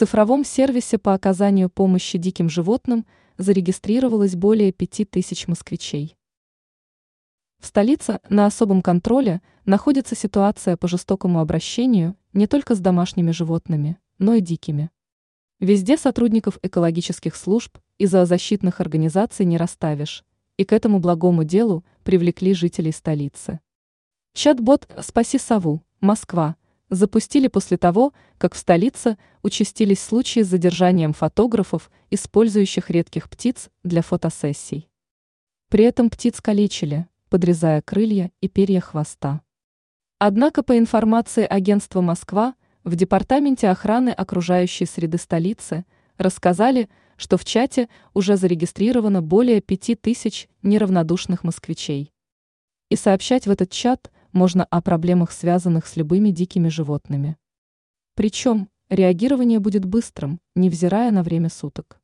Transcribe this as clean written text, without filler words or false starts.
цифровом сервисе по оказанию помощи диким животным зарегистрировалось более 5000 москвичей. В столице на особом контроле находится ситуация по жестокому обращению не только с домашними животными, но и дикими. Везде сотрудников экологических служб и зоозащитных организаций не расставишь, и к этому благому делу привлекли жителей столицы. Чат-бот «Спаси сову. Москва» запустили после того, как в столице участились случаи с задержанием фотографов, использующих редких птиц для фотосессий. При этом птиц калечили, подрезая крылья и перья хвоста. Однако, по информации агентства «Москва», в Департаменте охраны окружающей среды столицы рассказали, что в чате уже зарегистрировано более 5000 неравнодушных москвичей. И сообщать в этот чат можно о проблемах, связанных с любыми дикими животными. Причем реагирование будет быстрым, невзирая на время суток.